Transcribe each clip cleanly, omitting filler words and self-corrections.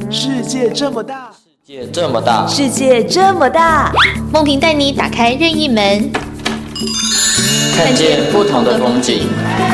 世界这么大， 世界这么大， 世界这么大， 梦萍带你打开任意门， 看见不同的风景。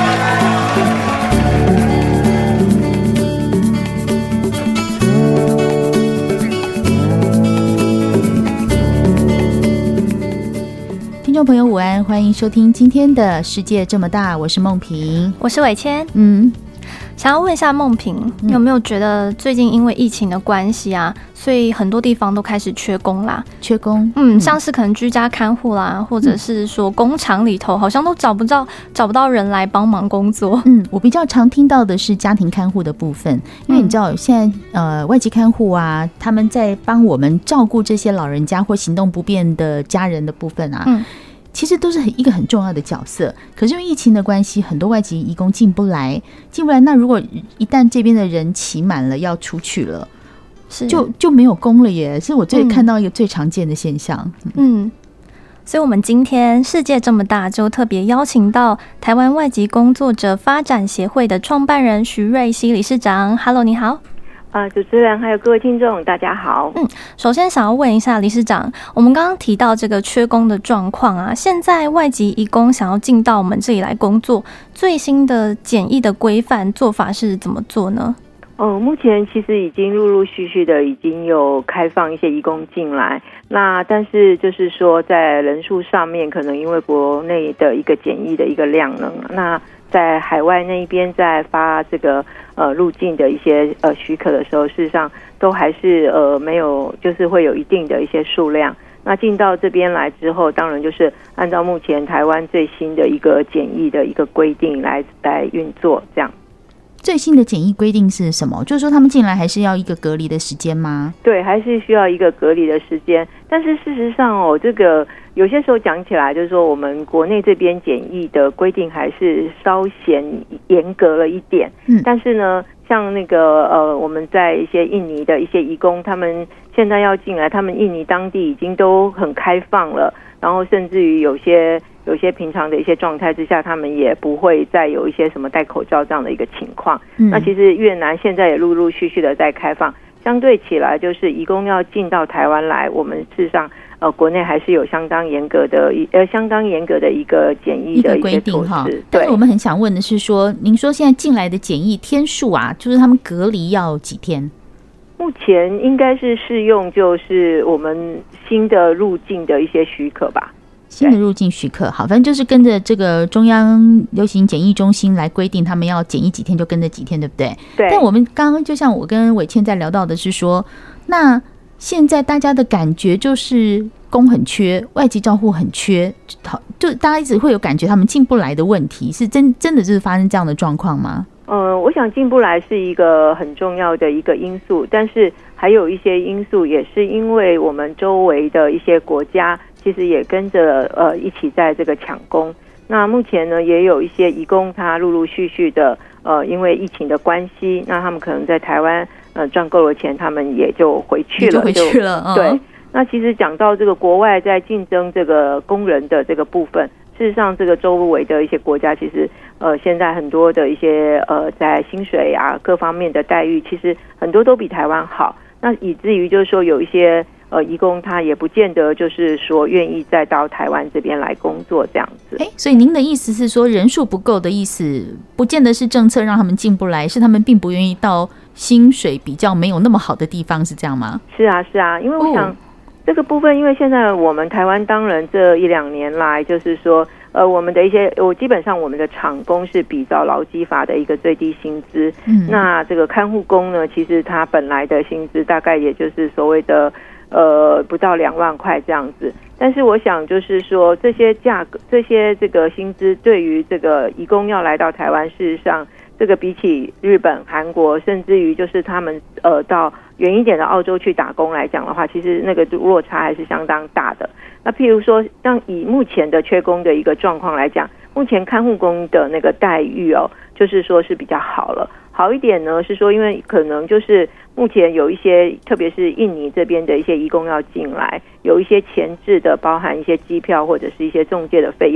听众朋友午安，欢迎收听今天的世界这么大，我是梦萍， 我是伟谦。想要问一下梦萍，你有没有觉得最近因为疫情的关系啊，所以很多地方都开始缺工啦？ 缺工， 像是可能居家看护啦，或者是说工厂里头好像都找不到人来帮忙工作。 我比较常听到的是家庭看护的部分，因为你知道现在外籍看护啊，他们在帮我们照顾这些老人家或行动不便的家人的部分啊。其实都是一个很重要的角色，可是因为疫情的关系，很多外籍移工进不来。那如果一旦这边的人期满了要出去了，就没有工了耶，是我看到一个最常见的现象。 所以我们今天世界这么大，就特别邀请到台湾外籍工作者发展协会的创办人徐瑞希理事长。Hello， 你好。 主持人还有各位听众大家好。 首先想要问一下理事长，我们刚刚提到这个缺工的状况啊，现在外籍移工想要进到我们这里来工作，最新的检疫的规范做法是怎么做呢？ 目前其实已经陆陆续续的已经有开放一些移工进来，那但是就是说在人数上面可能因为国内的一个检疫的一个量能，那在海外那一边在发这个入境的一些许可的时候，事实上都还是没有，就是会有一定的一些数量。那进到这边来之后，当然就是按照目前台湾最新的一个检疫的一个规定来运作这样。 最新的检疫规定是什么？就是说他们进来还是要一个隔离的时间吗？ 对，还是需要一个隔离的时间。但是事实上这个有些时候讲起来，就是说我们国内这边检疫的规定还是稍显严格了一点。但是呢，像那个我们在一些印尼的一些移工，他们现在要进来，他们印尼当地已经都很开放了，然后甚至于有些平常的一些状态之下，他们也不会再有一些什么戴口罩这样的一个情况。那其实越南现在也陆陆续续的在开放，相对起来就是移工要进到台湾来，我们事实上国内还是有相当严格的一个检疫的一些措施。 但是我们很想问的是说，您说现在进来的检疫天数啊，就是他们隔离要几天？ 目前应该是适用就是我们新的入境的一些许可吧。 新的入境许可，好，反正就是跟着这个中央流行检疫中心来规定，他们要检疫几天就跟着几天，对不对？ 对。 但我们刚刚就像我跟伟谦在聊到的是说，那现在大家的感觉就是工很缺，外籍照护很缺，就大家一直会有感觉他们进不来的问题，是真的就是发生这样的状况吗？ 我想进不来是一个很重要的一个因素，但是还有一些因素也是因为我们周围的一些国家其实也跟着一起在这个抢工。那目前呢，也有一些移工他陆陆续续的因为疫情的关系，那他们可能在台湾赚够了钱，他们也就回去了。对。那其实讲到这个国外在竞争这个工人的这个部分，事实上这个周围的一些国家其实现在很多的一些在薪水啊各方面的待遇，其实很多都比台湾好。那以至于就是说有一些移工他也不见得就是说愿意再到台湾这边来工作这样子。 所以您的意思是说人数不够的意思，不见得是政策让他们进不来，是他们并不愿意到薪水比较没有那么好的地方，是这样吗？ 是啊，因为我想这个部分，因为现在我们台湾当然这1-2年来就是说我们的一些基本上我们的厂工是比照劳基法的一个最低薪资。那这个看护工呢，其实他本来的薪资大概也就是所谓的不到2万块这样子。但是我想就是说这些价格这些这个薪资对于这个移工要来到台湾，事实上这个比起日本、韩国，甚至于就是他们到远一点的澳洲去打工来讲的话，其实那个落差还是相当大的。那譬如说像以目前的缺工的一个状况来讲，目前看护工的那个待遇就是说是比较好一点呢，是说因为可能就是目前有一些特别是印尼这边的一些移工要进来，有一些前置的包含一些机票或者是一些中介的费用，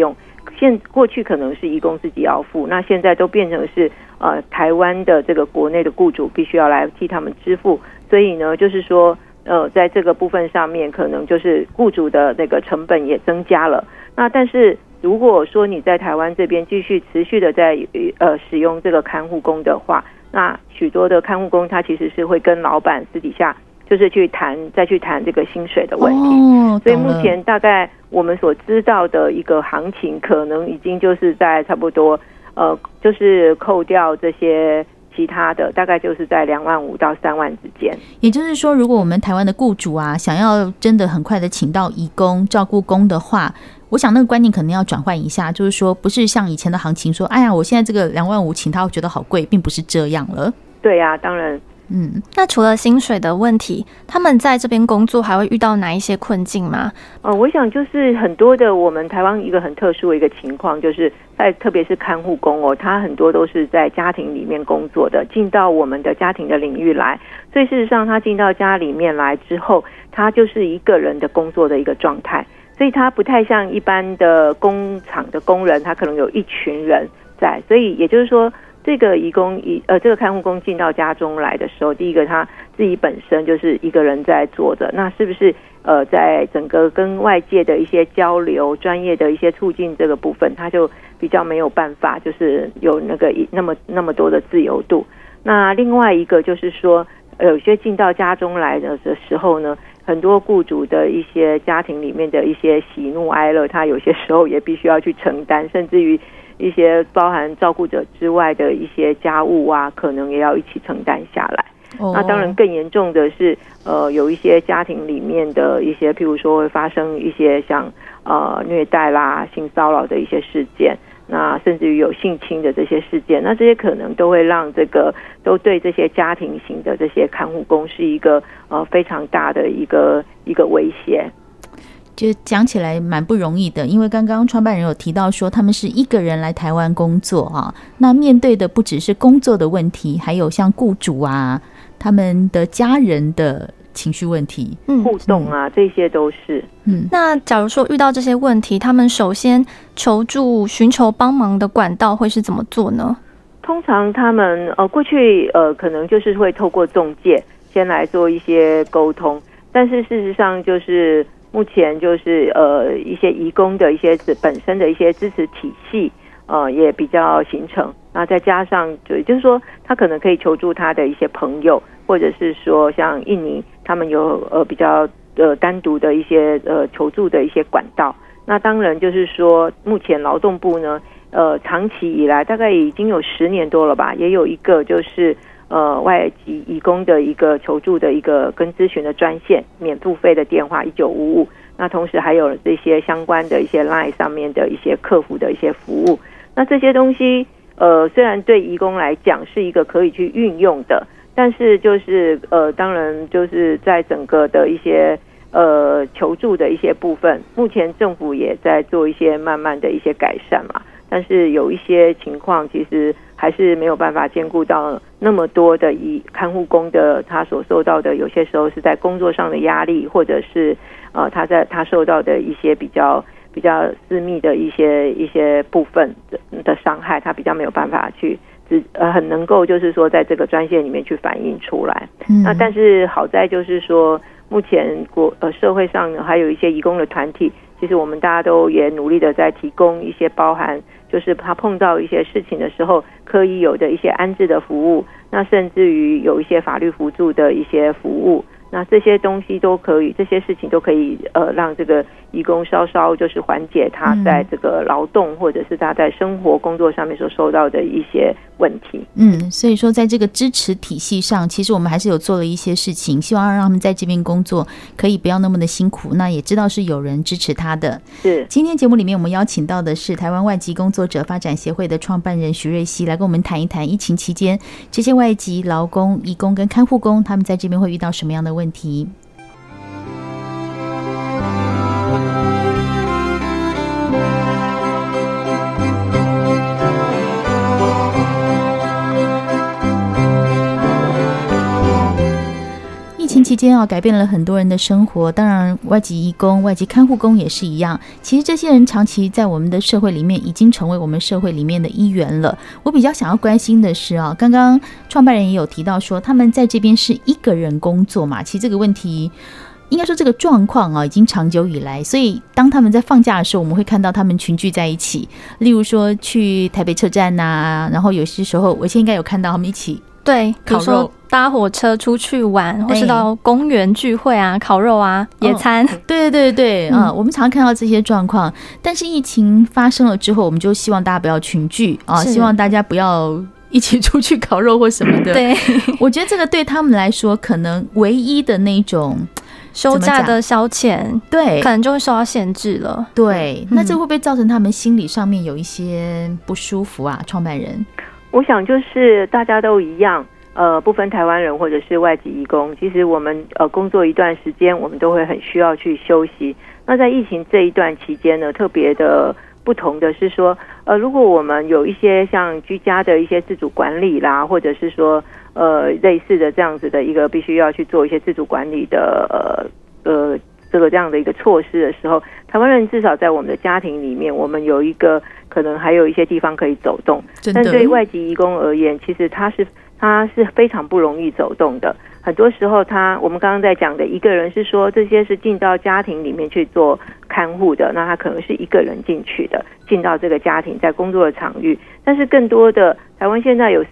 过去可能是移工自己要付，那现在都变成是台湾的这个国内的雇主必须要来替他们支付，所以呢就是说在这个部分上面可能就是雇主的那个成本也增加了。那但是如果说你在台湾这边继续持续的在使用这个看护工的话，那许多的看护工他其实是会跟老板私底下就是再去谈这个薪水的问题。所以目前大概我们所知道的一个行情，可能已经就是在差不多就是扣掉这些其他的，大概就是在25000到3万之间。 也就是说，如果我们台湾的雇主啊，想要真的很快的请到移工照顾工的话，我想那个观念可能要转换一下，就是说不是像以前的行情说，哎呀，我现在这个25000请他，我觉得好贵，并不是这样了。 对啊，当然。 那除了薪水的问题，他们在这边工作还会遇到哪一些困境吗？ 我想就是很多的我们台湾一个很特殊的一个情况，就是特别是看护工他很多都是在家庭里面工作的，进到我们的家庭的领域来，所以事实上他进到家里面来之后，他就是一个人的工作的一个状态，所以他不太像一般的工厂的工人，他可能有一群人在，所以也就是说这个这个看护工进到家中来的时候，第一个他自己本身就是一个人在做的，那是不是在整个跟外界的一些交流、专业的一些促进这个部分，他就比较没有办法，就是有那么多的自由度。那另外一个就是说，有些进到家中来的时候呢，很多雇主的一些家庭里面的一些喜怒哀乐，他有些时候也必须要去承担，甚至于一些包含照顾者之外的一些家务啊，可能也要一起承担下来。那当然更严重的是有一些家庭里面的一些譬如说会发生一些像虐待啦、性骚扰的一些事件，那甚至于有性侵的这些事件，那这些可能都会让都对这些家庭型的这些看护工是一个非常大的一个威胁。 就讲起来蛮不容易的，因为刚刚创办人有提到说他们是一个人来台湾工作啊，那面对的不只是工作的问题，还有像雇主啊他们的家人的情绪问题、 互动啊，这些都是。 那假如说遇到这些问题，他们首先求助、寻求帮忙的管道会是怎么做呢？ 通常他们过去可能就是会透过仲介先来做一些沟通，但是事实上就是目前就是一些移工的一些本身的一些支持体系也比较形成，那再加上就是说他可能可以求助他的一些朋友，或者是说像印尼他们有比较单独的一些求助的一些管道。那当然就是说目前劳动部呢长期以来大概已经有10年多了吧，也有一个就是外籍移工的一个求助的一个跟咨询的专线，免付费的电话1955，那同时还有这些相关的一些 LINE 上面的一些客服的一些服务。那这些东西虽然对移工来讲是一个可以去运用的，但是就是当然就是在整个的一些求助的一些部分，目前政府也在做一些慢慢的一些改善嘛，但是有一些情况其实还是没有办法兼顾到那么多的看护工的他所受到的，有些时候是在工作上的压力，或者是他受到的一些比较私密的一些部分的伤害，他比较没有办法去很能够就是说在这个专线里面去反映出来。那但是好在就是说目前社会上呢还有一些移工的团体，其实我们大家都也努力的在提供一些包含就是他碰到一些事情的时候可以有的一些安置的服务，那甚至于有一些法律辅助的一些服务，那这些东西都可以，这些事情都可以让这个移工稍稍就是缓解他在这个劳动或者是他在生活工作上面所受到的一些问题。 所以说在这个支持体系上，其实我们还是有做了一些事情，希望让他们在这边工作可以不要那么的辛苦，那也知道是有人支持他的。 是今天节目里面我们邀请到的是台湾外籍工作者发展协会的创办人徐瑞希，来跟我们谈一谈疫情期间这些外籍劳工、移工跟看护工他们在这边会遇到什么样的问题。疫情期间改变了很多人的生活，当然外籍移工、外籍看护工也是一样。其实这些人长期在我们的社会里面已经成为我们社会里面的一员了。我比较想要关心的是刚刚创办人也有提到说他们在这边是一个人工作嘛，其实这个问题应该说这个状况已经长久以来，所以当他们在放假的时候，我们会看到他们群聚在一起，例如说去台北车站然后有些时候我现在应该有看到他们一起对，比如说搭火车出去玩，或是到公园聚会烤肉野餐。 对对对对，我们常看到这些状况。但是疫情发生了之后，我们就希望大家不要群聚希望大家不要一起出去烤肉或什么的。对，我觉得这个对他们来说，可能唯一的那种休假的消遣，对，可能就会受到限制了。 对，那这会不会造成他们心理上面有一些不舒服创办人？ 我想就是大家都一样，不分台湾人或者是外籍移工，其实我们工作一段时间，我们都会很需要去休息。那在疫情这一段期间呢，特别的不同的是说，如果我们有一些像居家的一些自主管理啦，或者是说类似的这样子的一个必须要去做一些自主管理的这样的一个措施的时候，台湾人至少在我们的家庭里面，我们有一个可能还有一些地方可以走动。但对外籍移工而言，其实他是非常不容易走动的。很多时候我们刚刚在讲的一个人是说这些是进到家庭里面去做看护的，那他可能是一个人进去的，进到这个家庭在工作的场域。但是更多的台湾现在有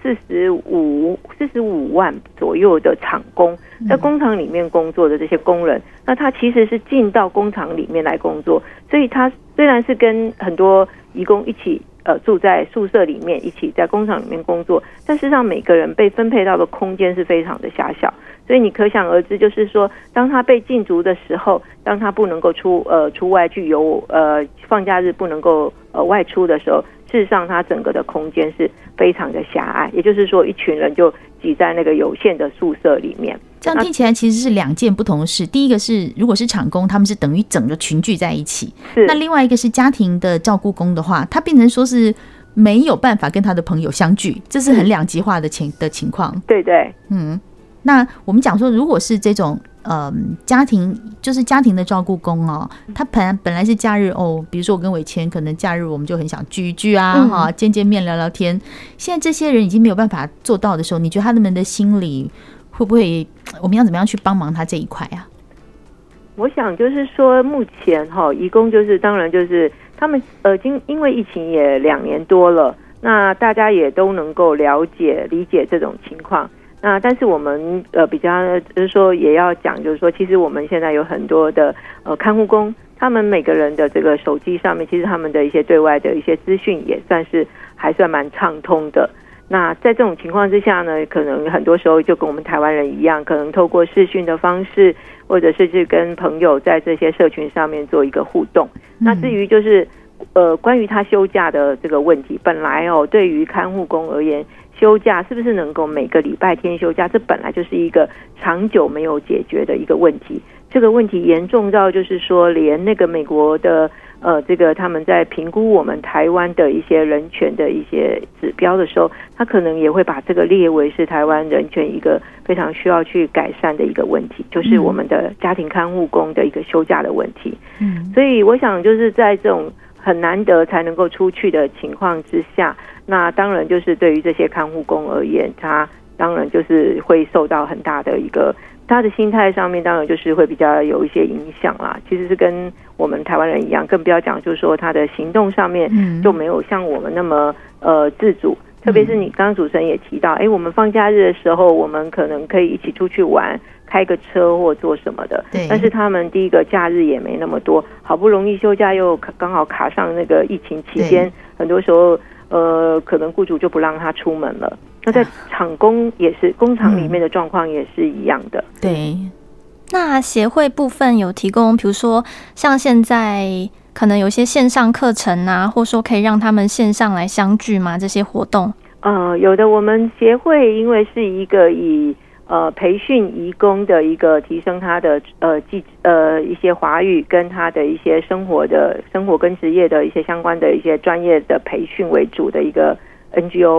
45万左右的厂工，在工厂里面工作的这些工人，那他其实是进到工厂里面来工作，所以他虽然是跟很多移工一起住在宿舍里面，一起在工厂里面工作，但事实上每个人被分配到的空间是非常的狭小，所以你可想而知，就是说当他被禁足的时候，当他不能够出外去放假日不能够外出的时候，事实上他整个的空间是非常的狭隘，也就是说一群人就挤在那个有限的宿舍里面。 这样听起来其实是两件不同的事。第一个是如果是厂工，他们是等于整个群聚在一起，那另外一个是家庭的照顾工的话，他变成说是没有办法跟他的朋友相聚，这是很两极化的情况。 对对， 那我们讲说如果是这种家庭就是家庭的照顾工他本来是假日比如说我跟伟谦可能假日我们就很想聚一聚见见面聊聊天，现在这些人已经没有办法做到的时候，你觉得他们的心理会不会我们要怎么样去帮忙他这一块我想就是说目前移工就是当然就是他们因为疫情也2年多了，那大家也都能够理解这种情况。那但是我们比较就是说也要讲，就是说其实我们现在有很多的看护工，他们每个人的这个手机上面，其实他们的一些对外的一些资讯也还算蛮畅通的。那在这种情况之下呢，可能很多时候就跟我们台湾人一样，可能透过视讯的方式，或者是去跟朋友在这些社群上面做一个互动。那至于就是关于他休假的这个问题，本来对于看护工而言，休假是不是能够每个礼拜天休假，这本来就是一个长久没有解决的一个问题。这个问题严重到就是说，连那个美国的这个他们在评估我们台湾的一些人权的一些指标的时候，他可能也会把这个列为是台湾人权一个非常需要去改善的一个问题，就是我们的家庭看护工的一个休假的问题。所以我想就是在这种很难得才能够出去的情况之下，那当然就是对于这些看护工而言，他当然就是会受到很大的一个他的心态上面，当然就是会比较有一些影响啦。其实是跟我们台湾人一样，更不要讲就是说他的行动上面就没有像我们那么自主。特别是你刚刚主持人也提到，我们放假日的时候，我们可能可以一起出去玩，开个车或做什么的。但是他们第一个假日也没那么多，好不容易休假又刚好卡上那个疫情期间，很多时候可能雇主就不让他出门了。那在厂工也是，工厂里面的状况也是一样的。 对。 那协会部分有提供，比如说像现在可能有一些线上课程啊，或说可以让他们线上来相聚吗？这些活动？ 有的。我们协会因为是一个以培训移工的一个提升他的一些华语跟他的一些生活跟职业的一些相关的一些专业的培训为主的一个 NGO。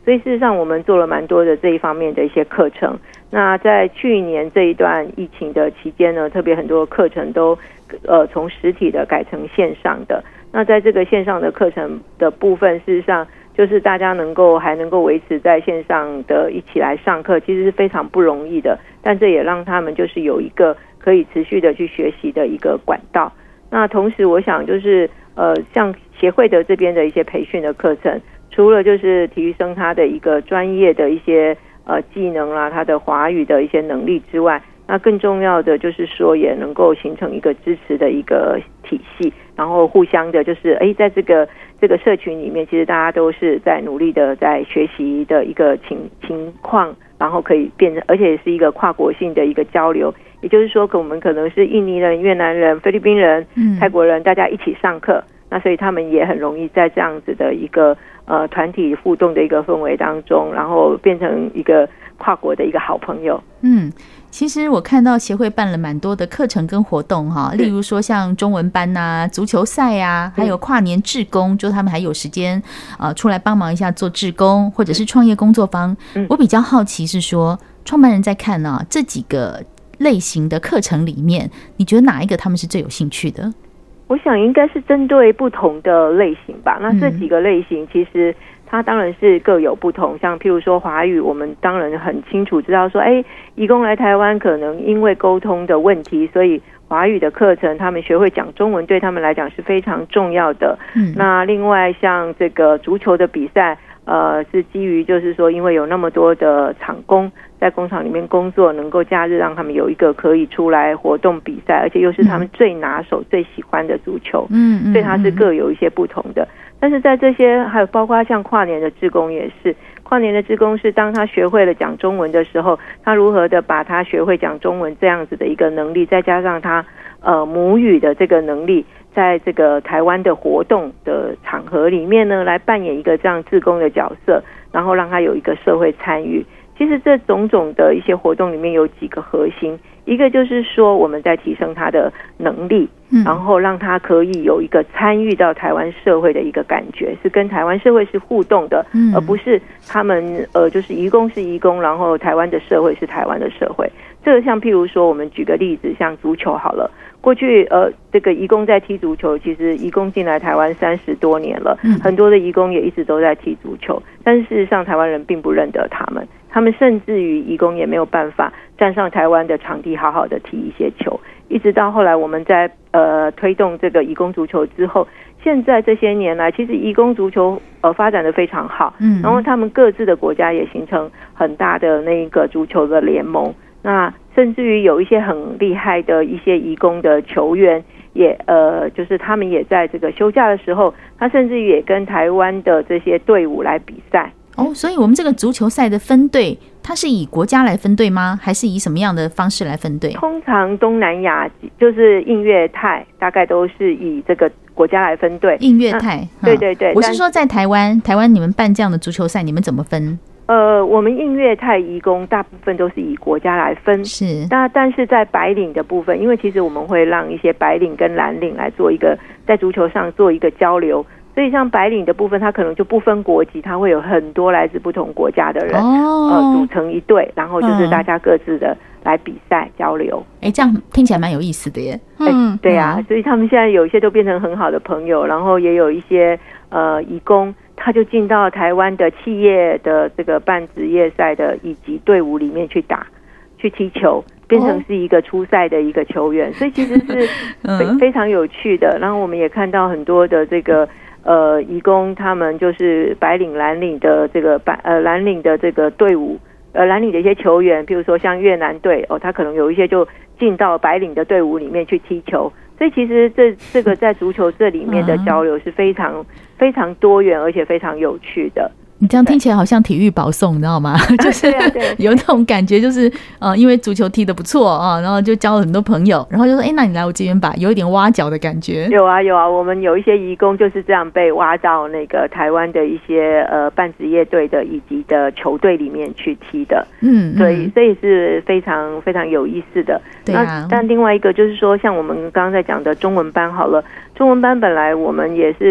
所以事实上我们做了蛮多的这一方面的一些课程。那在去年这一段疫情的期间呢，特别很多课程都从实体的改成线上的。那在这个线上的课程的部分，事实上就是大家还能够维持在线上的一起来上课，其实是非常不容易的，但这也让他们就是有一个可以持续的去学习的一个管道。那同时我想就是像协会的这边的一些培训的课程，除了就是体育生他的一个专业的一些技能啦，他的华语的一些能力之外，那更重要的就是说也能够形成一个支持的一个体系，然后互相的就是在这个社群里面，其实大家都是在努力的在学习的一个情况，然后可以变成，而且也是一个跨国性的一个交流。也就是说我们可能是印尼人、越南人、菲律宾人、泰国人，大家一起上课，那所以他们也很容易在这样子的一个团体互动的一个氛围当中，然后变成一个跨国的一个好朋友。 其实我看到协会办了蛮多的课程跟活动哈，例如说像中文班啊、足球赛啊，还有跨年志工，就他们还有时间出来帮忙一下做志工，或者是创业工作坊。我比较好奇是说，创办人在看这几个类型的课程里面，你觉得哪一个他们是最有兴趣的？ 我想应该是针对不同的类型吧。那这几个类型其实它当然是各有不同，像譬如说华语，我们当然很清楚知道说移工来台湾可能因为沟通的问题，所以华语的课程他们学会讲中文对他们来讲是非常重要的。那另外像这个足球的比赛是基于就是说因为有那么多的厂工在工厂里面工作，能够假日让他们有一个可以出来活动比赛，而且又是他们最拿手最喜欢的足球，所以它是各有一些不同的。但是在这些还有包括像跨年的志工也是，跨年的志工是当他学会了讲中文的时候，他如何的把他学会讲中文这样子的一个能力，再加上他母语的这个能力，在这个台湾的活动的场合里面呢，来扮演一个这样志工的角色，然后让他有一个社会参与。其实这种种的一些活动里面有几个核心，一个就是说我们在提升他的能力，然后让他可以有一个参与到台湾社会的一个感觉，是跟台湾社会是互动的，而不是他们就是移工是移工，然后台湾的社会是台湾的社会。这个像譬如说我们举个例子，像足球好了，过去这个移工在踢足球，其实移工进来台湾30多年了，很多的移工也一直都在踢足球，但是事实上台湾人并不认得他们甚至于移工也没有办法站上台湾的场地好好的踢一些球。一直到后来我们在推动这个移工足球之后，现在这些年来其实移工足球发展得非常好，然后他们各自的国家也形成很大的那个足球的联盟，那甚至于有一些很厉害的一些移工的球员也就是他们也在这个休假的时候，他甚至于也跟台湾的这些队伍来比赛。 所以我们这个足球赛的分队，它是以国家来分队吗？还是以什么样的方式来分队？ 通常东南亚就是印越泰，大概都是以这个国家来分队。 印越泰， 对对对。 我是说在台湾你们办这样的足球赛，你们怎么分？ 我们印越泰移工大部分都是以国家来分， 是。 但是在白领的部分，因为其实我们会让一些白领跟蓝领来做一个在足球上做一个交流。所以像白领的部分，他可能就不分国籍，他会有很多来自不同国家的人组成一队，然后就是大家各自的来比赛交流。 这样听起来蛮有意思的耶。 对啊，所以他们现在有一些都变成很好的朋友，然后也有一些移工，他就进到台湾的企业的这个办职业赛的以及队伍里面去踢球，变成是一个出赛的一个球员，所以其实是非常有趣的。然后我们也看到很多的这个移工，他们就是白领蓝领的这个蓝领的这个队伍，蓝领的一些球员，譬如说像越南队他可能有一些就进到白领的队伍里面去踢球。所以其实这个在足球这里面的交流是非常非常多元而且非常有趣的。 你这样听起来好像体育保送，你知道吗？就是有那种感觉，就是因为足球踢得不错啊，然后就交了很多朋友，然后就说那你来我这边吧，有一点挖角的感觉。 有啊，我们有一些移工就是这样被挖到那个台湾的一些半职业队的以及的球队里面去踢的。所以是非常非常有意思的。 对啊。 但另外一个就是说，像我们刚刚在讲的中文班好了，中文班本来我们也是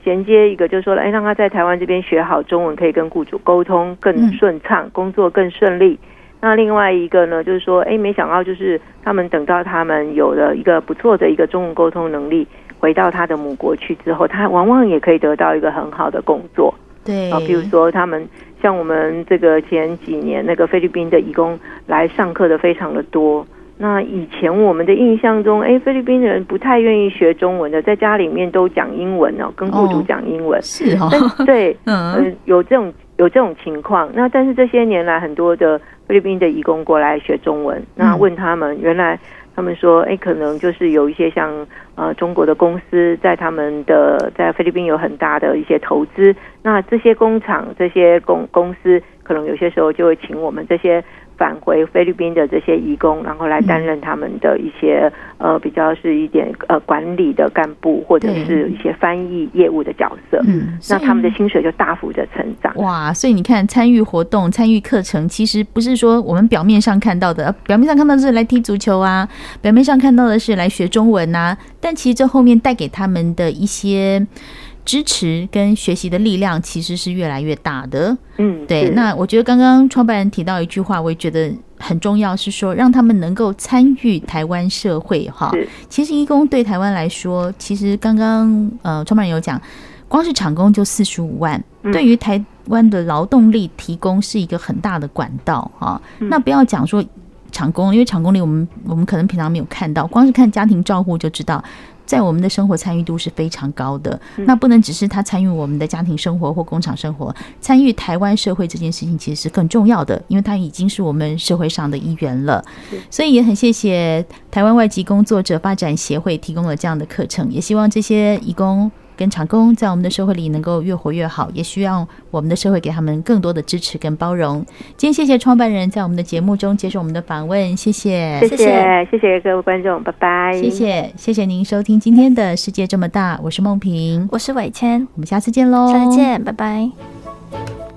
衔接一个就是说，让他在台湾这边学好中文，可以跟雇主沟通更顺畅，工作更顺利。那另外一个呢，就是说，没想到就是他们等到他们有了一个不错的一个中文沟通能力，回到他的母国去之后，他往往也可以得到一个很好的工作。 对， 比如说他们像我们这个前几年那个菲律宾的移工来上课的非常的多。那以前我们的印象中，菲律宾人不太愿意学中文的，在家里面都讲英文哦，跟雇主讲英文。 是哦， 对，有这种情况。那但是这些年来，很多的菲律宾的移工过来学中文，那问他们，原来他们说，可能就是有一些像中国的公司在他们的在菲律宾有很大的一些投资，那这些工厂、这些公司，可能有些时候就会请我们这些返回菲律宾的这些移工，然后来担任他们的一些比较是一点管理的干部，或者是一些翻译业务的角色。那他们的薪水就大幅的成长。 哇，所以你看，参与活动、参与课程，其实不是说我们表面上看到的，表面上看到的是来踢足球啊，表面上看到的是来学中文啊，但其实这后面带给他们的一些支持跟学习的力量其实是越来越大的。对。那我觉得刚刚创办人提到一句话，我也觉得很重要，是说让他们能够参与台湾社会哈。其实移工对台湾来说，其实刚刚创办人有讲，光是厂工就45万，对于台湾的劳动力提供是一个很大的管道哈。那不要讲说厂工，因为厂工里我们可能平常没有看到，光是看家庭照护就知道，在我们的生活参与度是非常高的。那不能只是他参与我们的家庭生活或工厂生活，参与台湾社会这件事情其实是更重要的，因为他已经是我们社会上的一员了。所以也很谢谢台湾外籍工作者发展协会提供了这样的课程，也希望这些移工跟厂工在我们的社会里能够越活越好，也需要我们的社会给他们更多的支持跟包容。今天谢谢创办人在我们的节目中接受我们的访问，谢谢各位观众，拜拜。谢谢您收听今天的世界这么大，我是梦萍， 我是伟谦， 我们下次见喽， 下次见，拜拜。